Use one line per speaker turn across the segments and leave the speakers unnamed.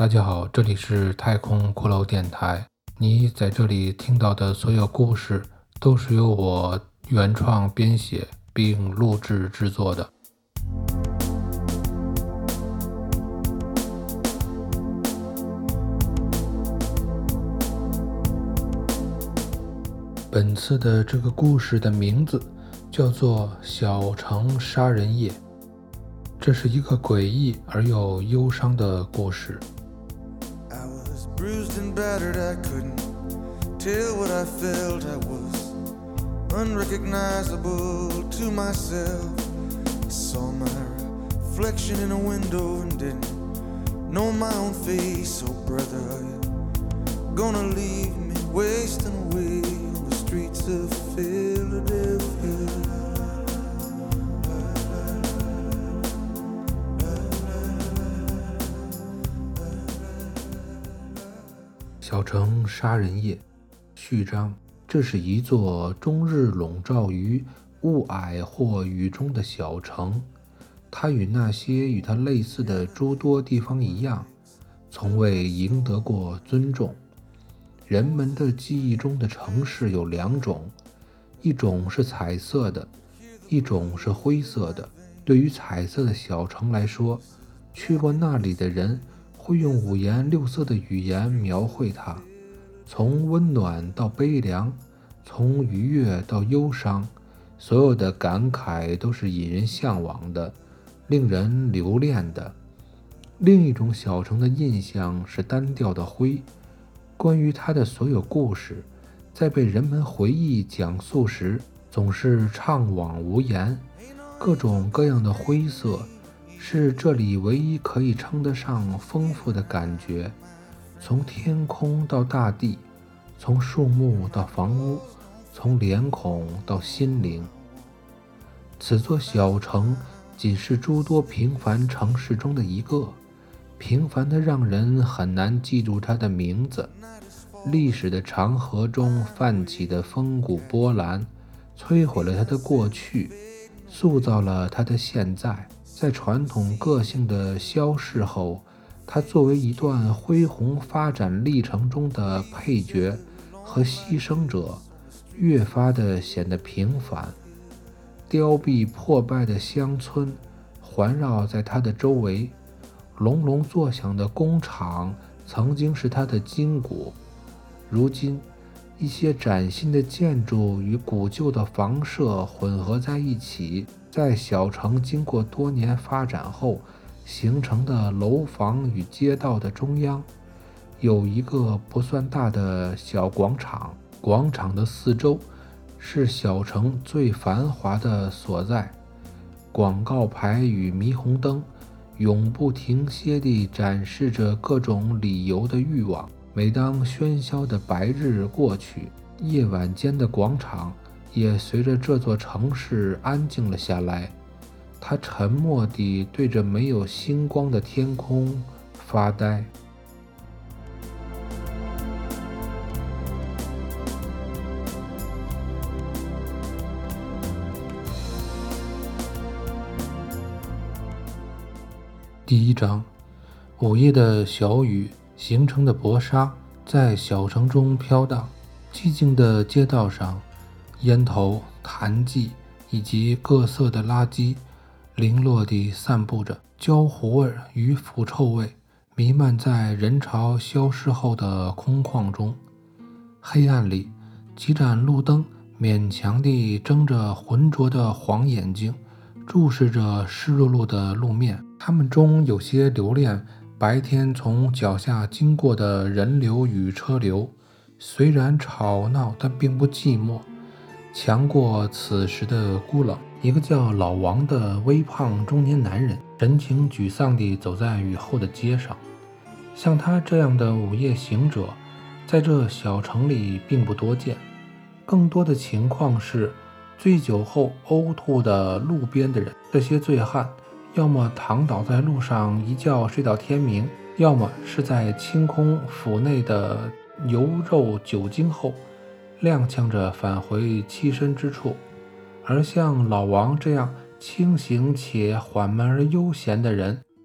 大家好，这里是太空骷髅电台。你在这里听到的所有故事都是由我原创编写并录制制作的。本次的这个故事的名字叫做小城杀人夜，这是一个诡异而又忧伤的故事。
Bruised and battered, I couldn't tell what I felt. I was unrecognizable to myself. I saw my reflection in a window and didn't know my own face. Oh brother, are you gonna leave me wasting away on the streets of Philadelphia?
小城杀人夜序章，这是一座终日笼罩于雾霭或雨中的小城，它与那些与它类似的诸多地方一样，从未赢得过尊重。人们的记忆中的城市有两种，一种是彩色的，一种是灰色的。对于彩色的小城来说，去过那里的人会用五颜六色的语言描绘它，从温暖到悲凉，从愉悦到忧伤，所有的感慨都是引人向往的，令人留恋的。另一种小城的印象是单调的灰，关于它的所有故事，在被人们回忆讲述时，总是怅惘无言。各种各样的灰色是这里唯一可以称得上丰富的感觉，从天空到大地，从树木到房屋，从脸孔到心灵。此座小城仅是诸多平凡城市中的一个，平凡的让人很难记住它的名字。历史的长河中泛起的风谷波澜，摧毁了它的过去，塑造了它的现在。在传统个性的消逝后，它作为一段恢宏发展历程中的配角和牺牲者，越发的显得平凡。凋敝破败的乡村环绕在它的周围，隆隆作响的工厂曾经是它的筋骨。如今，一些崭新的建筑与古旧的房舍混合在一起，在小城经过多年发展后形成的楼房与街道的中央，有一个不算大的小广场。广场的四周是小城最繁华的所在，广告牌与霓虹灯永不停歇地展示着各种理由的欲望。每当喧嚣的白日过去，夜晚间的广场也随着这座城市安静了下来，它沉默地对着没有星光的天空发呆。第一章，午夜的小雨形成的薄纱在小城中飘荡，寂静的街道上，烟头、痰迹以及各色的垃圾零落地散布着，焦糊味与腐臭味弥漫在人潮消失后的空旷中。黑暗里，几盏路灯勉强地睁着浑浊的黄眼睛，注视着湿漉漉的路面。它们中有些留恋白天从脚下经过的人流与车流，虽然吵闹，但并不寂寞，强过此时的孤冷。一个叫老王的微胖中年男人，神情沮丧地走在雨后的街上。像他这样的午夜行者，在这小城里并不多见。更多的情况是，醉酒后呕吐的路边的人。这些醉汉要么躺倒在路上一觉睡到天明，要么是在清空腹内的油肉酒精后踉跄着返回栖身之处。而像老王这样清醒且缓慢而悠闲的人，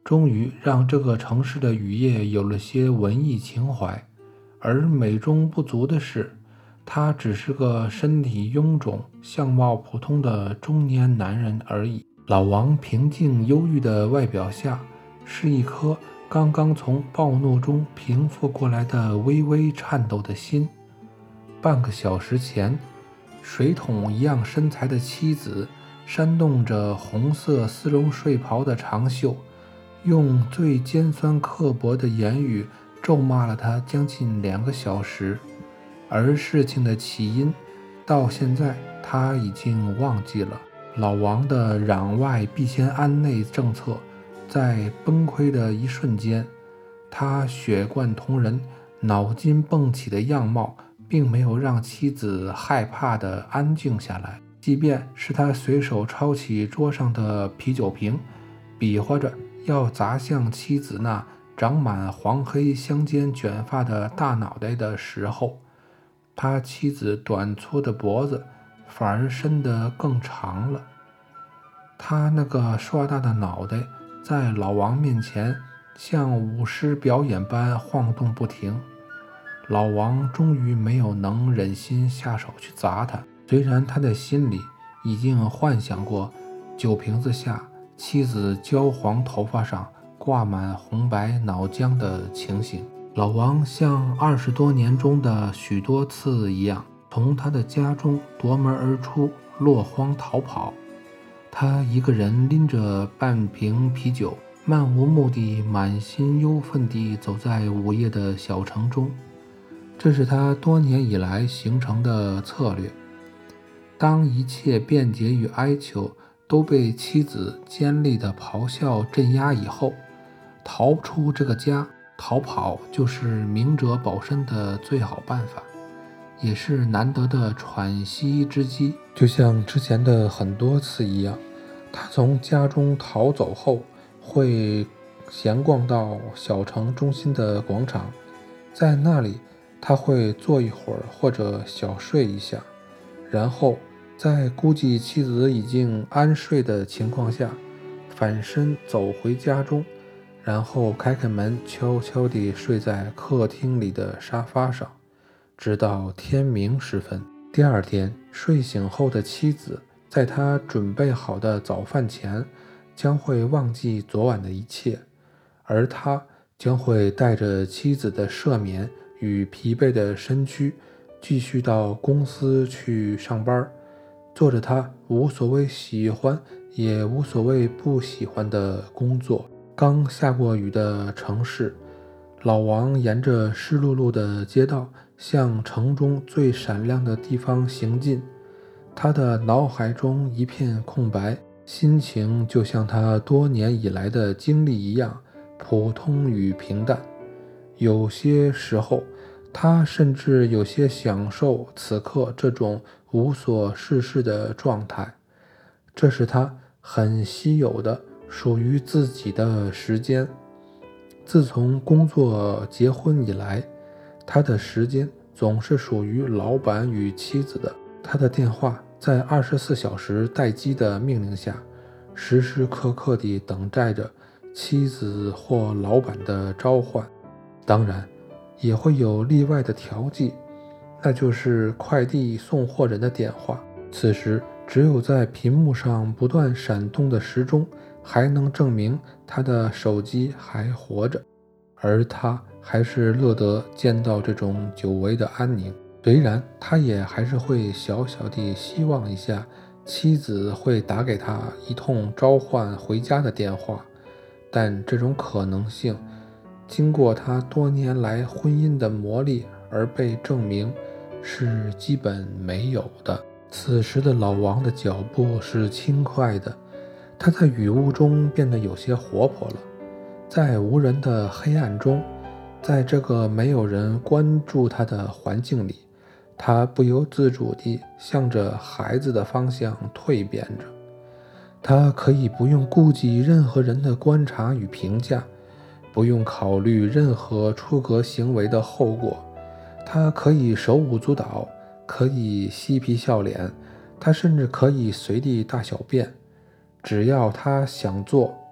终于让这个城市的雨夜有了些文艺情怀。而美中不足的是，他只是个身体臃肿、相貌普通的中年男人而已。老王平静忧郁的外表下，是一颗刚刚从暴怒中平复过来的微微颤抖的心。半个小时前，水桶一样身材的妻子扇动着红色丝绒睡袍的长袖，用最尖酸刻薄的言语咒骂了他将近2个小时。而事情的起因到现在他已经忘记了。老王的攘外必先安内政策在崩溃的一瞬间，他血贯瞳仁、脑筋蹦起的样貌并没有让妻子害怕地安静下来。即便是他随手抄起桌上的啤酒瓶，比划着要砸向妻子那长满黄黑相间卷发的大脑袋的时候，他妻子短粗的脖子反而伸得更长了。他那个硕大的脑袋在老王面前像舞狮表演般晃动不停。老王终于没有能忍心下手去砸他，虽然他的心里已经幻想过酒瓶子下妻子焦黄头发上挂满红白脑浆的情形。老王像20多年中的许多次一样，从他的家中夺门而出，落荒逃跑。他一个人拎着半瓶啤酒，漫无目的、满心忧愤地走在午夜的小城中。这是他多年以来形成的策略。当一切辩解与哀求都被妻子尖利的咆哮镇压以后，逃出这个家，逃跑就是明哲保身的最好办法，也是难得的喘息之机。就像之前的很多次一样，他从家中逃走后，会闲逛到小城中心的广场，在那里他会坐一会儿或者小睡一下，然后在估计妻子已经安睡的情况下，反身走回家中，然后开门，悄悄地睡在客厅里的沙发上，直到天明时分。第二天睡醒后的妻子在他准备好的早饭前将会忘记昨晚的一切，而他将会带着妻子的赦免与疲惫的身躯继续到公司去上班，做着他无所谓喜欢也无所谓不喜欢的工作。刚下过雨的城市，老王沿着湿漉漉的街道向城中最闪亮的地方行进。他的脑海中一片空白，心情就像他多年以来的经历一样普通与平淡。有些时候他甚至有些享受此刻这种无所事事的状态，这是他很稀有的属于自己的时间。自从工作结婚以来，他的时间总是属于老板与妻子的。他的电话在24小时待机的命令下，时时刻刻地等待着妻子或老板的召唤。当然也会有例外的调剂，那就是快递送货人的电话。此时只有在屏幕上不断闪动的时钟还能证明他的手机还活着，而他还是乐得见到这种久违的安宁。虽然他也还是会小小地希望一下妻子会打给他一通召唤回家的电话，但这种可能性经过他多年来婚姻的磨砺而被证明是基本没有的。此时的老王的脚步是轻快的，他在雨雾中变得有些活泼了。在无人的黑暗中，在这个没有人关注他的环境里，他不由自主地向着孩子的方向蜕变着。他可以不用顾及任何人的观察与评价，不用考虑任何出格行为的后果，他可以手舞足蹈，可以嬉皮笑脸，他甚至可以随地大小便。只要他想做，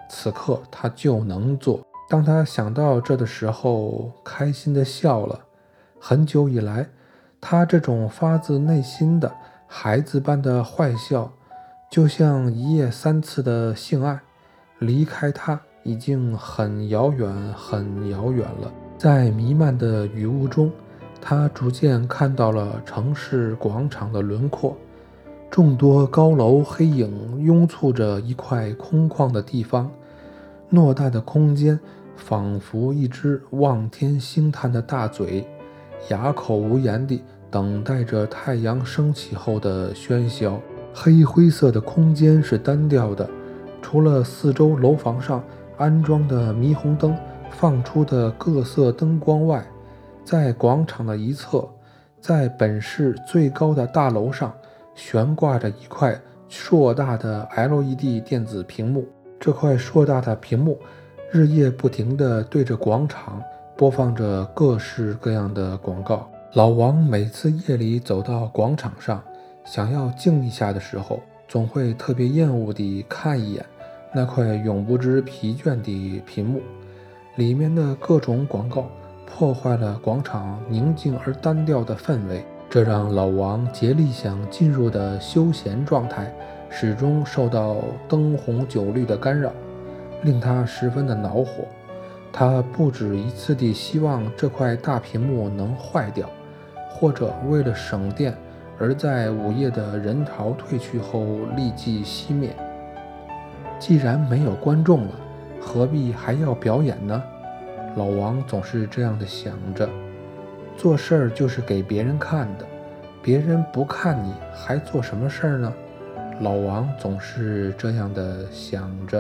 此刻他就能做。当他想到这的时候，开心地笑了。很久以来，他这种发自内心的孩子般的坏笑，就像一夜3次的性爱，离开他已经很遥远很遥远了。在弥漫的雨雾中，他逐渐看到了城市广场的轮廓，众多高楼黑影拥簇着一块空旷的地方，偌大的空间仿佛一只望天兴叹的大嘴，哑口无言地等待着太阳升起后的喧嚣。黑灰色的空间是单调的，除了四周楼房上安装的霓虹灯放出的各色灯光外，在广场的一侧，在本市最高的大楼上悬挂着一块硕大的 LED 电子屏幕。这块硕大的屏幕日夜不停地对着广场播放着各式各样的广告。老王每次夜里走到广场上，想要静一下的时候，总会特别厌恶地看一眼那块永不知疲倦的屏幕，里面的各种广告破坏了广场宁静而单调的氛围，这让老王竭力想进入的休闲状态始终受到灯红酒绿的干扰，令他十分的恼火。他不止一次地希望这块大屏幕能坏掉，或者为了省电而在午夜的人潮退去后立即熄灭。既然没有观众了，何必还要表演呢？老王总是这样的想着。做事儿就是给别人看的，别人不看你还做什么事儿呢？老王总是这样的想着。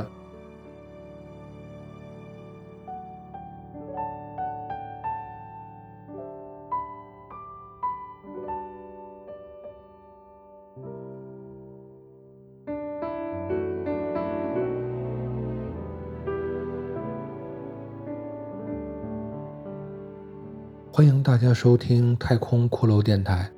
欢迎大家收听太空骷髅电台，